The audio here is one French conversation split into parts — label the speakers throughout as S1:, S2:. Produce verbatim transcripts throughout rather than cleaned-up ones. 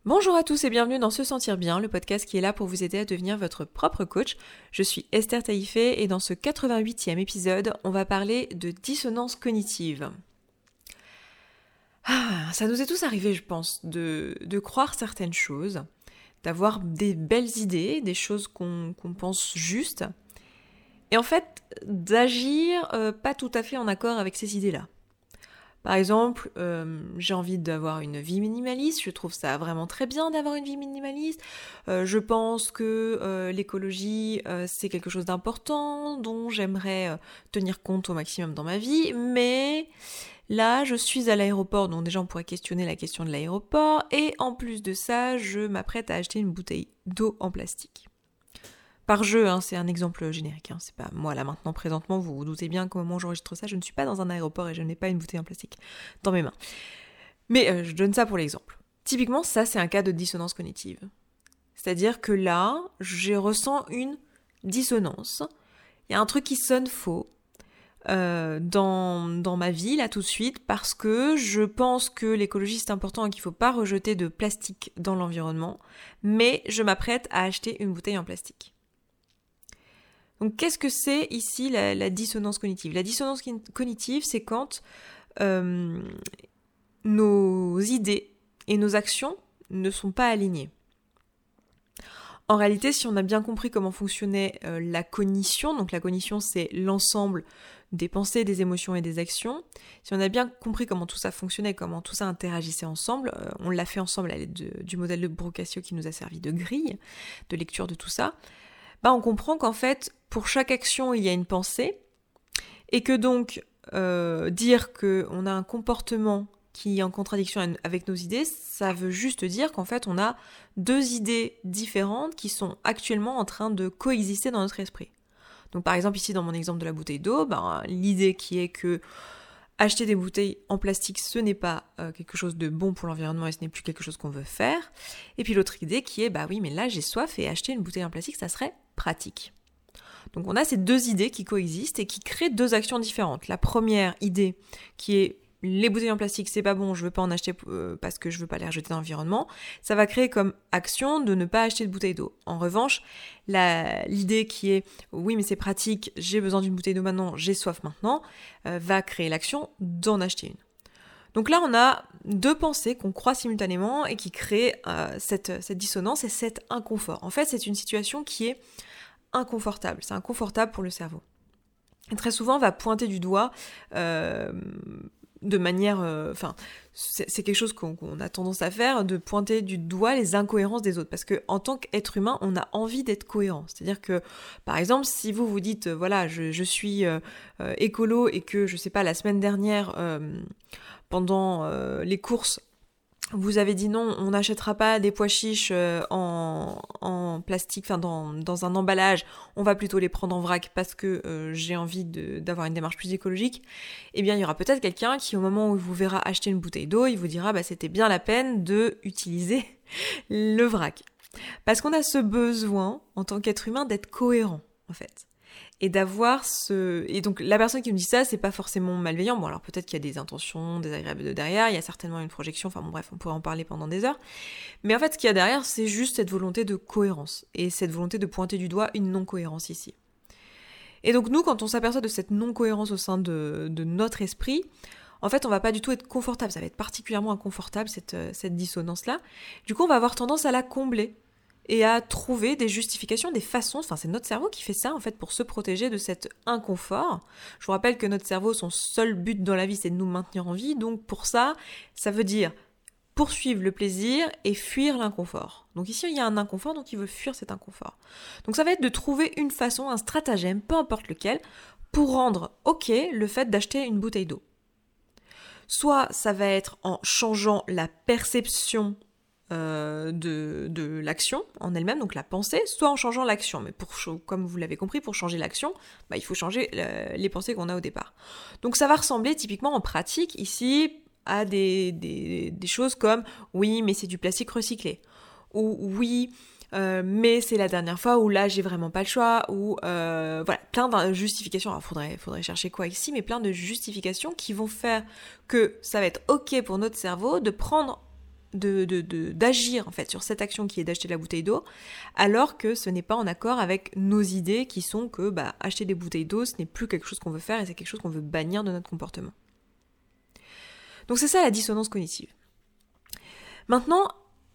S1: Bonjour à tous et bienvenue dans Se Sentir Bien, le podcast qui est là pour vous aider à devenir votre propre coach. Je suis Esther Taïfé et dans ce quatre-vingt-huitième épisode, on va parler de dissonance cognitive. Ah, ça nous est tous arrivé, je pense, de, de croire certaines choses, d'avoir des belles idées, des choses qu'on, qu'on pense justes, et en fait, d'agir euh, pas tout à fait en accord avec ces idées-là. Par exemple, euh, j'ai envie d'avoir une vie minimaliste, je trouve ça vraiment très bien d'avoir une vie minimaliste. Euh, je pense que euh, l'écologie, euh, c'est quelque chose d'important, dont j'aimerais euh, tenir compte au maximum dans ma vie, mais là, je suis à l'aéroport, donc déjà on pourrait questionner la question de l'aéroport, et en plus de ça, je m'apprête à acheter une bouteille d'eau en plastique. Par jeu, hein, c'est un exemple générique, hein, c'est pas moi là maintenant présentement, vous vous doutez bien qu'au moment où j'enregistre ça, je ne suis pas dans un aéroport et je n'ai pas une bouteille en plastique dans mes mains. Mais euh, je donne ça pour l'exemple. Typiquement, ça c'est un cas de dissonance cognitive. C'est-à-dire que là, je ressens une dissonance, il y a un truc qui sonne faux euh, dans, dans ma vie là tout de suite parce que je pense que l'écologie c'est important et qu'il ne faut pas rejeter de plastique dans l'environnement, mais je m'apprête à acheter une bouteille en plastique. Donc qu'est-ce que c'est ici la, la dissonance cognitive ? La dissonance cognitive, c'est quand euh, nos idées et nos actions ne sont pas alignées. En réalité, si on a bien compris comment fonctionnait euh, la cognition, donc la cognition c'est l'ensemble des pensées, des émotions et des actions, si on a bien compris comment tout ça fonctionnait, comment tout ça interagissait ensemble, euh, on l'a fait ensemble à l'aide de, du modèle de Brocasio qui nous a servi de grille, de lecture de tout ça, bah on comprend qu'en fait, pour chaque action, il y a une pensée, et que donc, euh, dire qu'on a un comportement qui est en contradiction avec nos idées, ça veut juste dire qu'en fait, on a deux idées différentes qui sont actuellement en train de coexister dans notre esprit. Donc par exemple, ici, dans mon exemple de la bouteille d'eau, bah, l'idée qui est que acheter des bouteilles en plastique, ce n'est pas euh, quelque chose de bon pour l'environnement et ce n'est plus quelque chose qu'on veut faire. Et puis l'autre idée qui est, bah oui, mais là j'ai soif et acheter une bouteille en plastique, ça serait pratique. Donc on a ces deux idées qui coexistent et qui créent deux actions différentes. La première idée qui est les bouteilles en plastique, c'est pas bon, je veux pas en acheter euh, parce que je veux pas les rejeter dans l'environnement, ça va créer comme action de ne pas acheter de bouteille d'eau. En revanche, la, l'idée qui est oui mais c'est pratique, j'ai besoin d'une bouteille d'eau maintenant, j'ai soif maintenant, euh, va créer l'action d'en acheter une. Donc là on a deux pensées qu'on croit simultanément et qui créent euh, cette, cette dissonance et cet inconfort. En fait c'est une situation qui est inconfortable, c'est inconfortable pour le cerveau. Et très souvent on va pointer du doigt euh, de manière, enfin, euh, c'est, c'est quelque chose qu'on, qu'on a tendance à faire, de pointer du doigt les incohérences des autres, parce que en tant qu'être humain, on a envie d'être cohérent. C'est-à-dire que, par exemple, si vous vous dites, euh, voilà, je, je suis euh, euh, écolo et que, je sais pas, la semaine dernière, euh, pendant euh, les courses, vous avez dit non, on n'achètera pas des pois chiches euh, en, en plastique, enfin dans, dans un emballage, on va plutôt les prendre en vrac parce que euh, j'ai envie de, d'avoir une démarche plus écologique, eh bien il y aura peut-être quelqu'un qui au moment où il vous verra acheter une bouteille d'eau, il vous dira bah c'était bien la peine de utiliser le vrac. Parce qu'on a ce besoin en tant qu'être humain d'être cohérent en fait. Et d'avoir ce... Et donc, la personne qui me dit ça, c'est pas forcément malveillant. Bon, alors peut-être qu'il y a des intentions désagréables de derrière, il y a certainement une projection, enfin bon, bref, on pourrait en parler pendant des heures. Mais en fait, ce qu'il y a derrière, c'est juste cette volonté de cohérence. Et cette volonté de pointer du doigt une non-cohérence ici. Et donc, nous, quand on s'aperçoit de cette non-cohérence au sein de, de notre esprit, en fait, on va pas du tout être confortable. Ça va être particulièrement inconfortable, cette, cette dissonance-là. Du coup, on va avoir tendance à la combler. Et à trouver des justifications, des façons, enfin c'est notre cerveau qui fait ça en fait pour se protéger de cet inconfort. Je vous rappelle que notre cerveau, son seul but dans la vie, c'est de nous maintenir en vie, donc pour ça, ça veut dire poursuivre le plaisir et fuir l'inconfort. Donc ici, il y a un inconfort, donc il veut fuir cet inconfort. Donc ça va être de trouver une façon, un stratagème, peu importe lequel, pour rendre ok le fait d'acheter une bouteille d'eau. Soit ça va être en changeant la perception Euh, de, de l'action en elle-même, donc la pensée, soit en changeant l'action. Mais pour, comme vous l'avez compris, pour changer l'action, bah, il faut changer le, les pensées qu'on a au départ. Donc ça va ressembler typiquement en pratique ici à des, des, des choses comme « oui, mais c'est du plastique recyclé » ou « oui, euh, mais c'est la dernière fois où là j'ai vraiment pas le choix » ou euh, voilà, plein de justifications. Alors faudrait, faudrait chercher quoi ici, mais plein de justifications qui vont faire que ça va être ok pour notre cerveau de prendre de, de, de, d'agir en fait sur cette action qui est d'acheter la bouteille d'eau, alors que ce n'est pas en accord avec nos idées qui sont que bah, acheter des bouteilles d'eau, ce n'est plus quelque chose qu'on veut faire et c'est quelque chose qu'on veut bannir de notre comportement. Donc c'est ça la dissonance cognitive. Maintenant,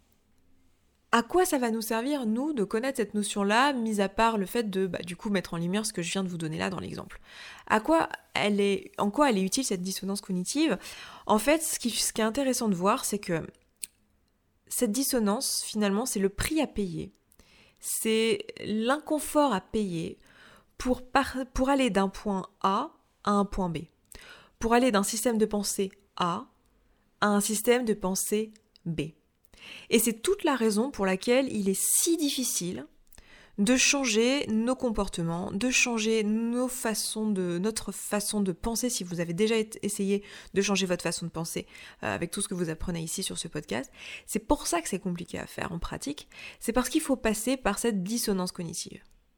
S1: à quoi ça va nous servir, nous, de connaître cette notion-là, mis à part le fait de, bah, du coup, mettre en lumière ce que je viens de vous donner là dans l'exemple. À quoi elle est, en quoi elle est utile, cette dissonance cognitive ? En fait, ce qui, ce qui est intéressant de voir, c'est que cette dissonance, finalement, c'est le prix à payer. C'est l'inconfort à payer pour, par, pour aller d'un point A à un point B. Pour aller d'un système de pensée A à un système de pensée B. Et c'est toute la raison pour laquelle il est si difficile de changer nos comportements, de changer nos façons de, notre façon de penser. Si vous avez déjà essayé de changer votre façon de penser euh, avec tout ce que vous apprenez ici sur ce podcast, c'est pour ça que c'est compliqué à faire en pratique. C'est parce qu'il faut passer par cette dissonance cognitive.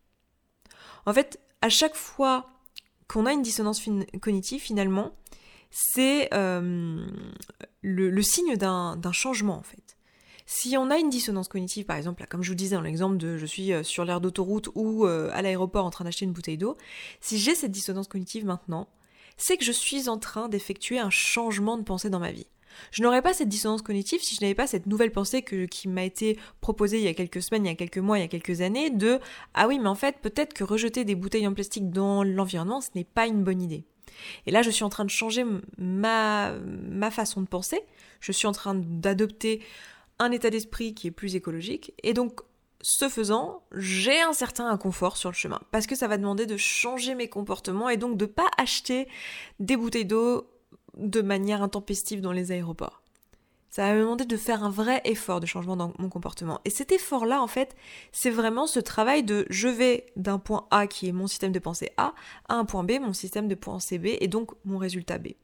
S1: En fait, à chaque fois qu'on a une dissonance fin- cognitive, finalement, c'est euh, le, le signe d'un, d'un changement, en fait. Si on a une dissonance cognitive, par exemple, là, comme je vous disais dans l'exemple de je suis sur l'aire d'autoroute ou euh, à l'aéroport en train d'acheter une bouteille d'eau, si j'ai cette dissonance cognitive maintenant, c'est que je suis en train d'effectuer un changement de pensée dans ma vie. Je n'aurais pas cette dissonance cognitive si je n'avais pas cette nouvelle pensée que, qui m'a été proposée il y a quelques semaines, il y a quelques mois, il y a quelques années, de « Ah oui, mais en fait, peut-être que rejeter des bouteilles en plastique dans l'environnement, ce n'est pas une bonne idée. » Et là, je suis en train de changer ma, ma façon de penser, je suis en train d'adopter un état d'esprit qui est plus écologique, et donc, ce faisant, j'ai un certain inconfort sur le chemin, parce que ça va demander de changer mes comportements, et donc de pas acheter des bouteilles d'eau de manière intempestive dans les aéroports. Ça va me demander de faire un vrai effort de changement dans mon comportement. Et cet effort-là, en fait, c'est vraiment ce travail de je vais d'un point A, qui est mon système de pensée A, à un point B, mon système de pensée B, et donc mon résultat B.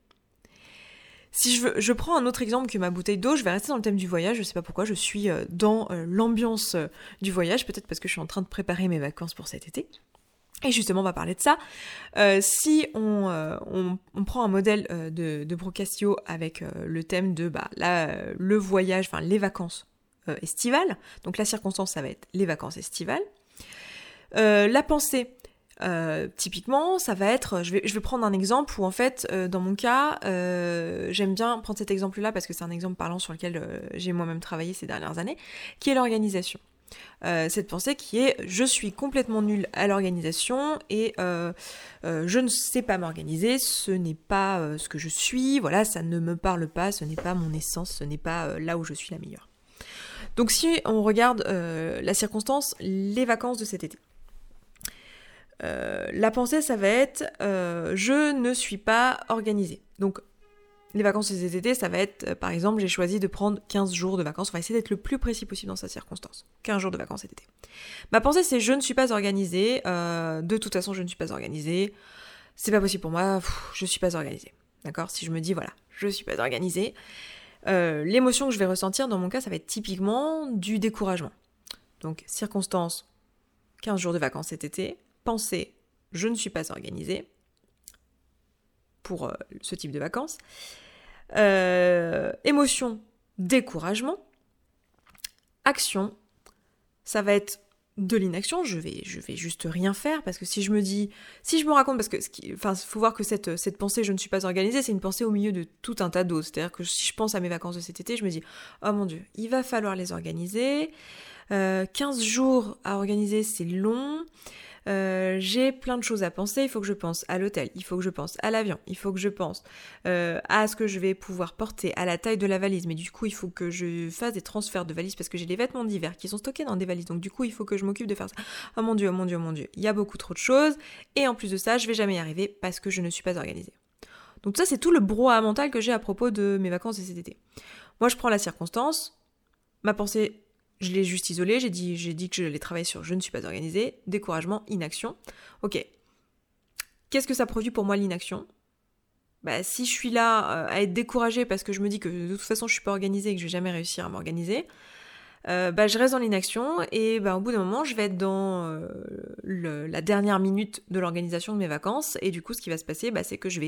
S1: Si je, veux, je prends un autre exemple que ma bouteille d'eau, je vais rester dans le thème du voyage, je sais pas pourquoi, je suis dans l'ambiance du voyage, peut-être parce que je suis en train de préparer mes vacances pour cet été. Et justement, on va parler de ça. Euh, si on, euh, on, on prend un modèle euh, de, de Procastio avec euh, le thème de bah, là, euh, le voyage, enfin les vacances euh, estivales, donc la circonstance, ça va être les vacances estivales. Euh, la pensée, euh, typiquement, ça va être, je vais, je vais prendre un exemple où en fait, euh, dans mon cas, euh, j'aime bien prendre cet exemple-là parce que c'est un exemple parlant sur lequel euh, j'ai moi-même travaillé ces dernières années, qui est l'organisation. Euh, cette pensée qui est je suis complètement nulle à l'organisation et euh, euh, je ne sais pas m'organiser, ce n'est pas euh, ce que je suis, voilà, ça ne me parle pas, ce n'est pas mon essence, ce n'est pas euh, là où je suis la meilleure. Donc si on regarde euh, la circonstance, les vacances de cet été, euh, la pensée ça va être euh, je ne suis pas organisée. Donc les vacances de cet été, ça va être, euh, par exemple, j'ai choisi de prendre quinze jours de vacances. On va essayer d'être le plus précis possible dans sa circonstance. quinze jours de vacances cet été. Ma pensée, c'est je ne suis pas organisée. Euh, de toute façon, je ne suis pas organisée. C'est pas possible pour moi. Pff, je suis pas organisée. D'accord ? Si je me dis, voilà, je suis pas organisée. Euh, l'émotion que je vais ressentir, dans mon cas, ça va être typiquement du découragement. Donc, circonstance, quinze jours de vacances cet été. Pensée, je ne suis pas organisée. Pour euh, ce type de vacances. Euh, émotion, découragement. Action, ça va être de l'inaction, je vais, je vais juste rien faire, parce que si je me dis, si je me raconte, parce que, enfin, il faut voir que cette, cette pensée, je ne suis pas organisée, c'est une pensée au milieu de tout un tas d'autres, c'est-à-dire que si je pense à mes vacances de cet été, je me dis, oh mon Dieu, il va falloir les organiser, euh, quinze jours à organiser, c'est long, Euh, j'ai plein de choses à penser, il faut que je pense à l'hôtel, il faut que je pense à l'avion, il faut que je pense euh, à ce que je vais pouvoir porter, à la taille de la valise, mais du coup il faut que je fasse des transferts de valises parce que j'ai des vêtements d'hiver qui sont stockés dans des valises, donc du coup il faut que je m'occupe de faire ça. Oh mon Dieu, oh mon Dieu, oh mon Dieu, il y a beaucoup trop de choses, et en plus de ça, je vais jamais y arriver parce que je ne suis pas organisée. Donc ça c'est tout le brouhaha mental que j'ai à propos de mes vacances de cet été. Moi je prends la circonstance, ma pensée, je l'ai juste isolé, j'ai dit, j'ai dit que je l'ai travaillé sur je ne suis pas organisée, découragement, inaction. Ok. Qu'est-ce que ça produit pour moi l'inaction ? Bah, si je suis là euh, à être découragée parce que je me dis que de toute façon je suis pas organisée et que je vais jamais réussir à m'organiser, euh, bah, je reste dans l'inaction et bah, au bout d'un moment je vais être dans euh, le, la dernière minute de l'organisation de mes vacances et du coup ce qui va se passer bah, c'est que je vais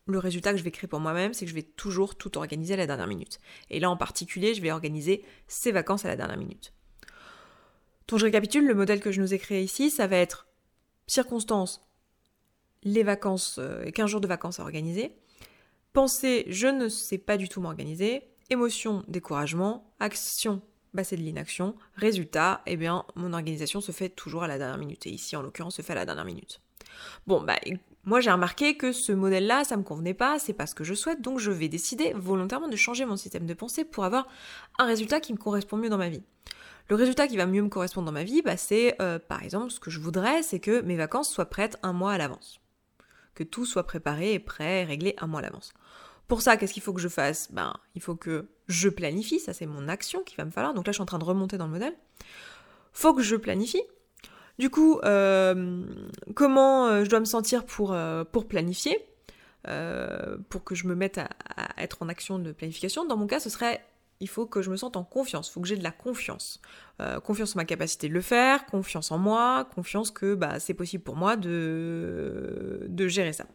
S1: le résultat que je vais créer pour moi-même, c'est que je vais toujours tout organiser à la dernière minute. Et là, en particulier, je vais organiser ces vacances à la dernière minute. Donc, je récapitule, le modèle que je nous ai créé ici, ça va être circonstances, les vacances, euh, quinze jours de vacances à organiser. Pensée, je ne sais pas du tout m'organiser. Émotion, découragement. Action, bah c'est de l'inaction. Résultat, eh bien, mon organisation se fait toujours à la dernière minute. Et ici, en l'occurrence, se fait à la dernière minute. Bon, bah, moi, j'ai remarqué que ce modèle-là, ça me convenait pas, c'est pas ce que je souhaite, donc je vais décider volontairement de changer mon système de pensée pour avoir un résultat qui me correspond mieux dans ma vie. Le résultat qui va mieux me correspondre dans ma vie, bah, c'est, euh, par exemple, ce que je voudrais, c'est que mes vacances soient prêtes un mois à l'avance. Que tout soit préparé et prêt, réglé un mois à l'avance. Pour ça, qu'est-ce qu'il faut que je fasse ? Ben, il faut que je planifie, ça c'est mon action qu'il va me falloir. Donc là, je suis en train de remonter dans le modèle. Faut que je planifie. Du coup, euh, comment euh, je dois me sentir pour, euh, pour planifier, euh, pour que je me mette à, à être en action de planification ? Dans mon cas, ce serait, il faut que je me sente en confiance, il faut que j'ai de la confiance. Euh, confiance en ma capacité de le faire, confiance en moi, confiance que bah, c'est possible pour moi de, de gérer ça.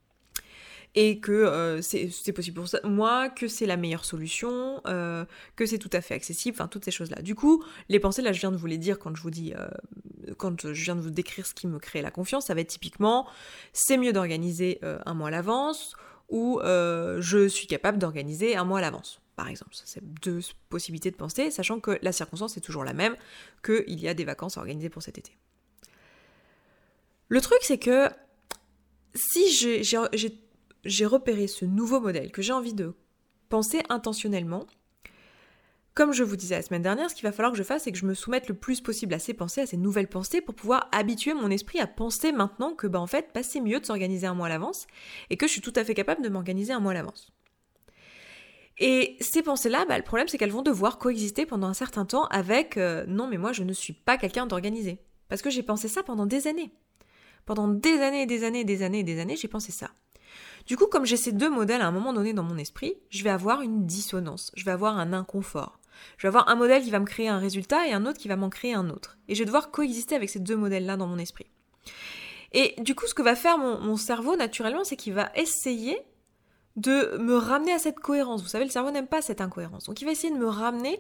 S1: Et que euh, c'est, c'est possible pour ça, moi, que c'est la meilleure solution, euh, que c'est tout à fait accessible, enfin toutes ces choses-là. Du coup, les pensées, là je viens de vous les dire quand je vous dis, euh, quand je viens de vous décrire ce qui me crée la confiance, ça va être typiquement, c'est mieux d'organiser euh, un mois à l'avance, ou euh, je suis capable d'organiser un mois à l'avance, par exemple. Ça, c'est deux possibilités de pensée, sachant que la circonstance est toujours la même, qu'il y a des vacances à organiser pour cet été. Le truc, c'est que si j'ai, j'ai, j'ai j'ai repéré ce nouveau modèle, que j'ai envie de penser intentionnellement, comme je vous disais la semaine dernière, ce qu'il va falloir que je fasse, c'est que je me soumette le plus possible à ces pensées, à ces nouvelles pensées, pour pouvoir habituer mon esprit à penser maintenant que, bah, en fait, bah, c'est mieux de s'organiser un mois à l'avance, et que je suis tout à fait capable de m'organiser un mois à l'avance. Et ces pensées-là, bah, le problème, c'est qu'elles vont devoir coexister pendant un certain temps avec euh, « non, mais moi, je ne suis pas quelqu'un d'organisé ». Parce que j'ai pensé ça pendant des années. Pendant des années et des années et des années et des années, j'ai pensé ça. Du coup, comme j'ai ces deux modèles à un moment donné dans mon esprit, je vais avoir une dissonance, je vais avoir un inconfort. Je vais avoir un modèle qui va me créer un résultat et un autre qui va m'en créer un autre. Et je vais devoir coexister avec ces deux modèles-là dans mon esprit. Et du coup, ce que va faire mon, mon cerveau, naturellement, c'est qu'il va essayer de me ramener à cette cohérence. Vous savez, le cerveau n'aime pas cette incohérence. Donc, il va essayer de me ramener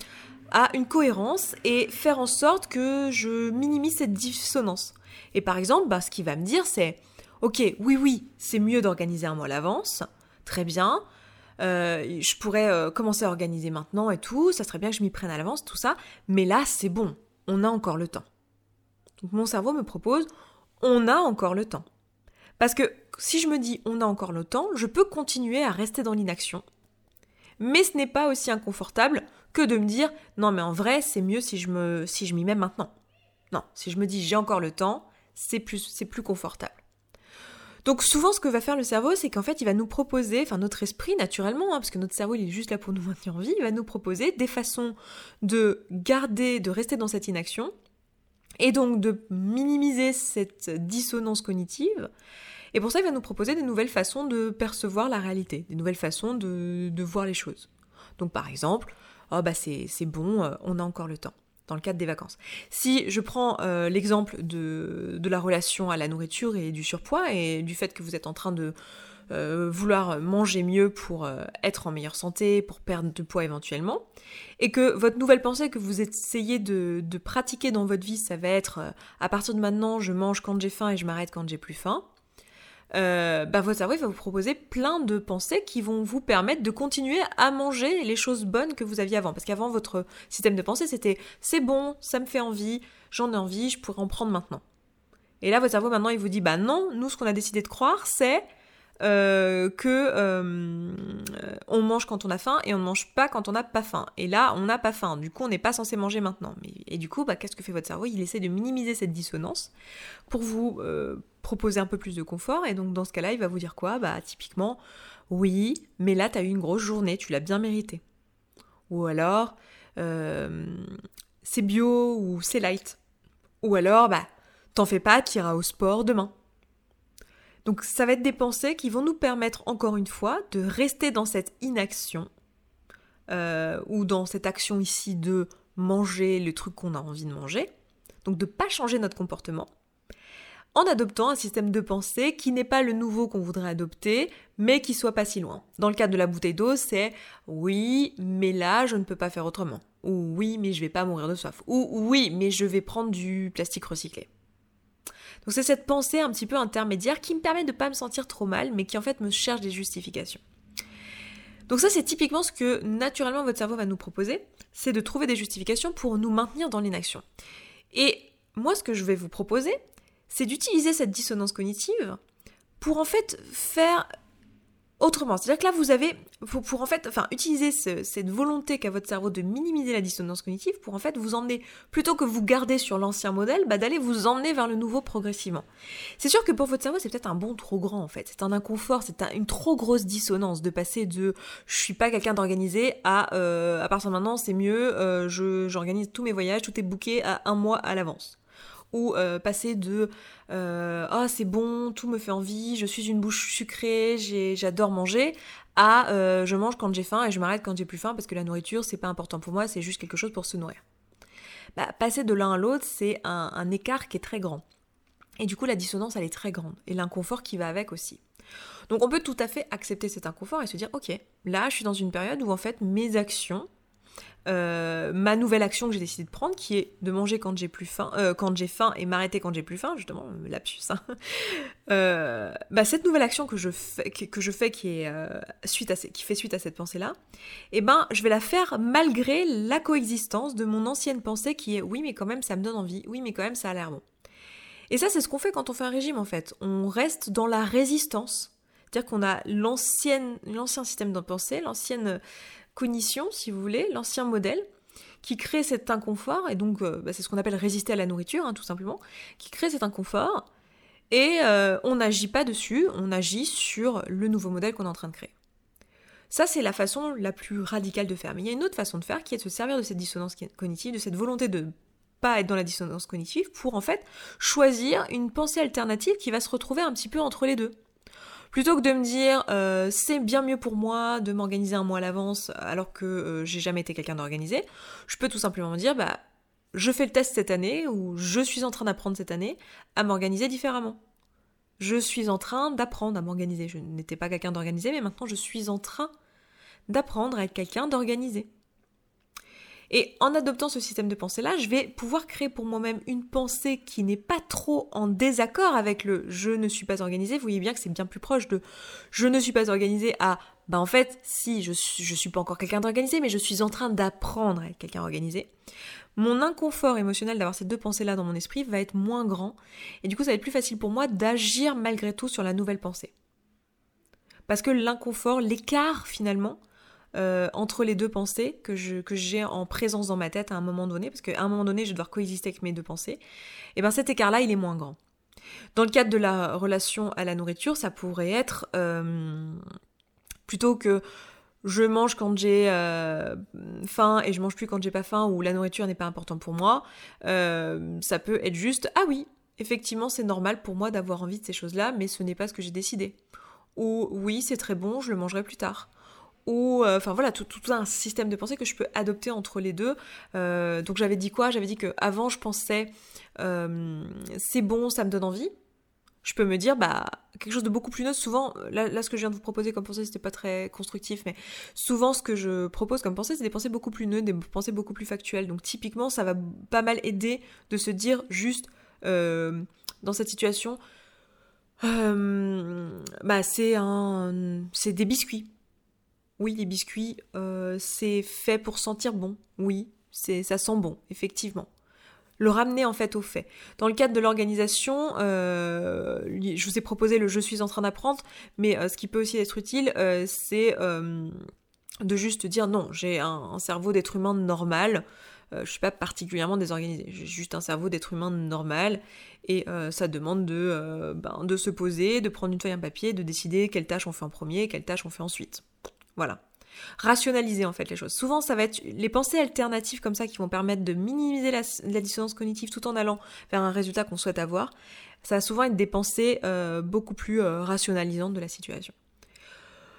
S1: à une cohérence et faire en sorte que je minimise cette dissonance. Et par exemple, bah, ce qu'il va me dire, c'est... Ok, oui, oui, c'est mieux d'organiser un mois à l'avance, très bien, euh, je pourrais euh, commencer à organiser maintenant et tout, ça serait bien que je m'y prenne à l'avance, tout ça, mais là, c'est bon, on a encore le temps. Donc mon cerveau me propose, on a encore le temps. Parce que si je me dis, on a encore le temps, je peux continuer à rester dans l'inaction, mais ce n'est pas aussi inconfortable que de me dire, non mais en vrai, c'est mieux si je, me, si je m'y mets maintenant. Non, si je me dis, j'ai encore le temps, c'est plus, c'est plus confortable. Donc souvent, ce que va faire le cerveau, c'est qu'en fait, il va nous proposer, enfin notre esprit naturellement, hein, parce que notre cerveau, il est juste là pour nous maintenir en vie, il va nous proposer des façons de garder, de rester dans cette inaction, et donc de minimiser cette dissonance cognitive. Et pour ça, il va nous proposer des nouvelles façons de percevoir la réalité, des nouvelles façons de, de voir les choses. Donc par exemple, oh bah c'est, c'est bon, euh, on a encore le temps. Dans le cadre des vacances. Si je prends euh, l'exemple de, de la relation à la nourriture et du surpoids et du fait que vous êtes en train de euh, vouloir manger mieux pour euh, être en meilleure santé, pour perdre de poids éventuellement, et que votre nouvelle pensée que vous essayez de, de pratiquer dans votre vie, ça va être euh, à partir de maintenant, je mange quand j'ai faim et je m'arrête quand j'ai plus faim, Euh, bah votre cerveau il va vous proposer plein de pensées qui vont vous permettre de continuer à manger les choses bonnes que vous aviez avant. Parce qu'avant, votre système de pensée, c'était « c'est bon, ça me fait envie, j'en ai envie, je pourrais en prendre maintenant ». Et là, votre cerveau, maintenant, il vous dit « bah non, nous, ce qu'on a décidé de croire, c'est euh, que euh, on mange quand on a faim et on ne mange pas quand on n'a pas faim. Et là, on n'a pas faim, du coup, on n'est pas censé manger maintenant. » Mais, et du coup, bah, qu'est-ce que fait votre cerveau ? Il essaie de minimiser cette dissonance pour vous euh, proposer un peu plus de confort. Et donc, dans ce cas-là, il va vous dire quoi ? Bah, typiquement, oui, mais là, t'as eu une grosse journée, tu l'as bien mérité. Ou alors, euh, c'est bio ou c'est light. Ou alors, bah, t'en fais pas, t'iras au sport demain. Donc ça va être des pensées qui vont nous permettre, encore une fois, de rester dans cette inaction, euh, ou dans cette action ici de manger le truc qu'on a envie de manger, donc de ne pas changer notre comportement, en adoptant un système de pensée qui n'est pas le nouveau qu'on voudrait adopter, mais qui soit pas si loin. Dans le cadre de la bouteille d'eau, c'est « oui, mais là, je ne peux pas faire autrement » ou « oui, mais je vais pas mourir de soif » ou « oui, mais je vais prendre du plastique recyclé ». Donc c'est cette pensée un petit peu intermédiaire qui me permet de pas me sentir trop mal, mais qui en fait me cherche des justifications. Donc ça, c'est typiquement ce que naturellement votre cerveau va nous proposer, c'est de trouver des justifications pour nous maintenir dans l'inaction. Et moi, ce que je vais vous proposer, c'est d'utiliser cette dissonance cognitive pour en fait faire autrement. C'est-à-dire que là, vous avez, pour, pour en fait, enfin, utiliser ce, cette volonté qu'a votre cerveau de minimiser la dissonance cognitive pour en fait vous emmener, plutôt que vous garder sur l'ancien modèle, bah, d'aller vous emmener vers le nouveau progressivement. C'est sûr que pour votre cerveau, c'est peut-être un bond trop grand en fait. C'est un inconfort, c'est un, une trop grosse dissonance de passer de « je suis pas quelqu'un d'organisé » à euh, « à partir de maintenant, c'est mieux, euh, je, j'organise tous mes voyages, tout est booké à un mois à l'avance ». Ou euh, passer de euh, « ah, c'est bon, tout me fait envie, je suis une bouche sucrée, j'ai, j'adore manger » à euh, « je mange quand j'ai faim et je m'arrête quand j'ai plus faim parce que la nourriture, c'est pas important pour moi, c'est juste quelque chose pour se nourrir. » Bah, passer de l'un à l'autre, c'est un, un écart qui est très grand. Et du coup, la dissonance, elle est très grande. Et l'inconfort qui va avec aussi. Donc on peut tout à fait accepter cet inconfort et se dire « ok, là, je suis dans une période où en fait, mes actions... » Euh, ma nouvelle action que j'ai décidé de prendre, qui est de manger quand j'ai plus faim, euh, quand j'ai faim et m'arrêter quand j'ai plus faim, justement, lapsus. Hein. Euh, bah cette nouvelle action que je fais, que, que je fais, qui est euh, suite à, qui fait suite à cette pensée-là, eh ben, je vais la faire malgré la coexistence de mon ancienne pensée, qui est oui, mais quand même, ça me donne envie. Oui, mais quand même, ça a l'air bon. Et ça, c'est ce qu'on fait quand on fait un régime, en fait. On reste dans la résistance, c'est-à-dire qu'on a l'ancienne, l'ancien système de pensée, l'ancienne cognition, si vous voulez, l'ancien modèle, qui crée cet inconfort, et donc euh, bah, c'est ce qu'on appelle résister à la nourriture, hein, tout simplement, qui crée cet inconfort, et euh, on n'agit pas dessus, on agit sur le nouveau modèle qu'on est en train de créer. Ça, c'est la façon la plus radicale de faire. Mais il y a une autre façon de faire, qui est de se servir de cette dissonance cognitive, de cette volonté de pas être dans la dissonance cognitive, pour en fait choisir une pensée alternative qui va se retrouver un petit peu entre les deux. Plutôt que de me dire euh, c'est bien mieux pour moi de m'organiser un mois à l'avance alors que euh, j'ai jamais été quelqu'un d'organisé, je peux tout simplement me dire bah je fais le test cette année ou je suis en train d'apprendre cette année à m'organiser différemment. Je suis en train d'apprendre à m'organiser. Je n'étais pas quelqu'un d'organisé, mais maintenant je suis en train d'apprendre à être quelqu'un d'organisé. Et en adoptant ce système de pensée-là, je vais pouvoir créer pour moi-même une pensée qui n'est pas trop en désaccord avec le « je ne suis pas organisé ». Vous voyez bien que c'est bien plus proche de « je ne suis pas organisé » à « bah en fait, si, je ne suis pas encore quelqu'un d'organisé, mais je suis en train d'apprendre à être quelqu'un d'organisé ». Mon inconfort émotionnel d'avoir ces deux pensées-là dans mon esprit va être moins grand. Et du coup, ça va être plus facile pour moi d'agir malgré tout sur la nouvelle pensée. Parce que l'inconfort, l'écart finalement, Euh, entre les deux pensées que, je, que j'ai en présence dans ma tête à un moment donné, parce qu'à un moment donné, je vais devoir coexister avec mes deux pensées, et bien cet écart-là, il est moins grand. Dans le cadre de la relation à la nourriture, ça pourrait être euh, plutôt que je mange quand j'ai euh, faim et je mange plus quand j'ai pas faim, ou la nourriture n'est pas importante pour moi, euh, ça peut être juste « ah oui, effectivement, c'est normal pour moi d'avoir envie de ces choses-là, mais ce n'est pas ce que j'ai décidé ». Ou « oui, c'est très bon, je le mangerai plus tard ». Ou, enfin euh, voilà, tout, tout un système de pensée que je peux adopter entre les deux. Euh, donc j'avais dit quoi ? J'avais dit qu'avant je pensais euh, c'est bon, ça me donne envie. Je peux me dire, bah, quelque chose de beaucoup plus neutre. Souvent, là, là ce que je viens de vous proposer comme pensée, c'était pas très constructif, mais souvent ce que je propose comme pensée, c'est des pensées beaucoup plus neutres, des pensées beaucoup plus factuelles. Donc typiquement, ça va pas mal aider de se dire juste, euh, dans cette situation, euh, bah c'est un, c'est des biscuits. Oui, les biscuits, euh, c'est fait pour sentir bon. Oui, c'est, ça sent bon, effectivement. Le ramener en fait au fait. Dans le cadre de l'organisation, euh, je vous ai proposé le « je suis en train d'apprendre », mais euh, ce qui peut aussi être utile, euh, c'est euh, de juste dire « non, j'ai un, un cerveau d'être humain normal, euh, je ne suis pas particulièrement désorganisé, j'ai juste un cerveau d'être humain normal ». Et euh, ça demande de, euh, ben, de se poser, de prendre une feuille et un papier, de décider quelle tâche on fait en premier, quelle tâche on fait ensuite. Voilà. Rationaliser en fait les choses. Souvent, ça va être les pensées alternatives comme ça qui vont permettre de minimiser la, la dissonance cognitive tout en allant vers un résultat qu'on souhaite avoir. Ça va souvent être des pensées euh, beaucoup plus euh, rationalisantes de la situation.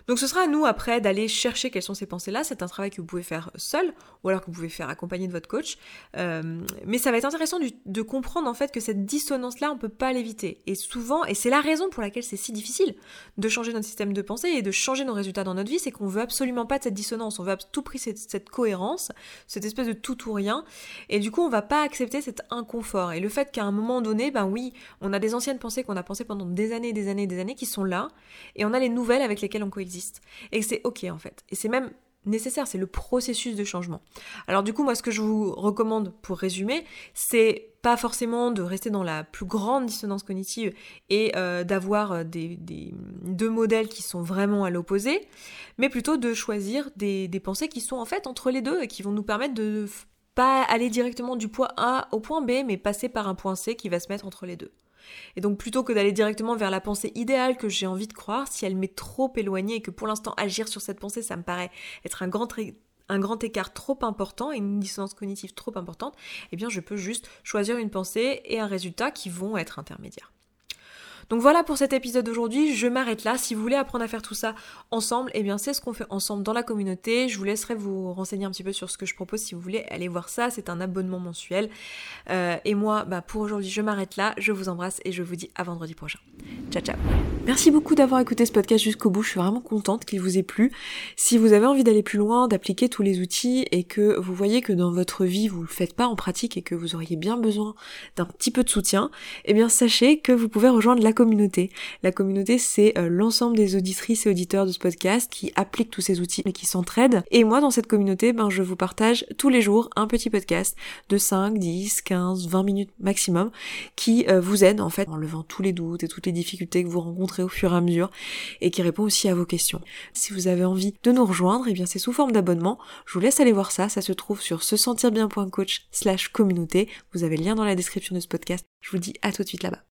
S1: Donc ce sera à nous après d'aller chercher quelles sont ces pensées-là. C'est un travail que vous pouvez faire seul ou alors que vous pouvez faire accompagné de votre coach. Euh, mais ça va être intéressant du, de comprendre en fait que cette dissonance-là, on peut pas l'éviter. Et souvent, et c'est la raison pour laquelle c'est si difficile de changer notre système de pensée et de changer nos résultats dans notre vie, c'est qu'on veut absolument pas de cette dissonance. On veut à tout prix cette, cette cohérence, cette espèce de tout ou rien. Et du coup, on va pas accepter cet inconfort. Et le fait qu'à un moment donné, ben oui, on a des anciennes pensées qu'on a pensées pendant des années, des années, des années qui sont là, et on a les nouvelles avec lesquelles on coexiste. Et c'est ok en fait. Et c'est même nécessaire, c'est le processus de changement. Alors du coup, moi ce que je vous recommande pour résumer, c'est pas forcément de rester dans la plus grande dissonance cognitive et euh, d'avoir des, des, deux modèles qui sont vraiment à l'opposé, mais plutôt de choisir des, des pensées qui sont en fait entre les deux et qui vont nous permettre de pas aller directement du point A au point B, mais passer par un point C qui va se mettre entre les deux. Et donc plutôt que d'aller directement vers la pensée idéale que j'ai envie de croire, si elle m'est trop éloignée et que pour l'instant agir sur cette pensée, ça me paraît être un grand, un grand écart trop important et une dissonance cognitive trop importante, eh bien je peux juste choisir une pensée et un résultat qui vont être intermédiaires. Donc voilà pour cet épisode d'aujourd'hui, je m'arrête là. Si vous voulez apprendre à faire tout ça ensemble, eh bien c'est ce qu'on fait ensemble dans la communauté. Je vous laisserai vous renseigner un petit peu sur ce que je propose si vous voulez aller voir ça. C'est un abonnement mensuel. Euh, et moi, bah, pour aujourd'hui, je m'arrête là. Je vous embrasse et je vous dis à vendredi prochain. Ciao, ciao. Merci beaucoup d'avoir écouté ce podcast jusqu'au bout. Je suis vraiment contente qu'il vous ait plu. Si vous avez envie d'aller plus loin, d'appliquer tous les outils et que vous voyez que dans votre vie, vous le faites pas en pratique et que vous auriez bien besoin d'un petit peu de soutien, eh bien sachez que vous pouvez rejoindre la communauté. La communauté, c'est euh, l'ensemble des auditrices et auditeurs de ce podcast qui appliquent tous ces outils et qui s'entraident. Et moi, dans cette communauté, ben, je vous partage tous les jours un petit podcast de cinq, dix, quinze, vingt minutes maximum qui euh, vous aide en fait en levant tous les doutes et toutes les difficultés que vous rencontrez au fur et à mesure et qui répond aussi à vos questions. Si vous avez envie de nous rejoindre, eh bien c'est sous forme d'abonnement. Je vous laisse aller voir ça. Ça se trouve sur se sentir bien point coach slash communauté. Vous avez le lien dans la description de ce podcast. Je vous dis à tout de suite là-bas.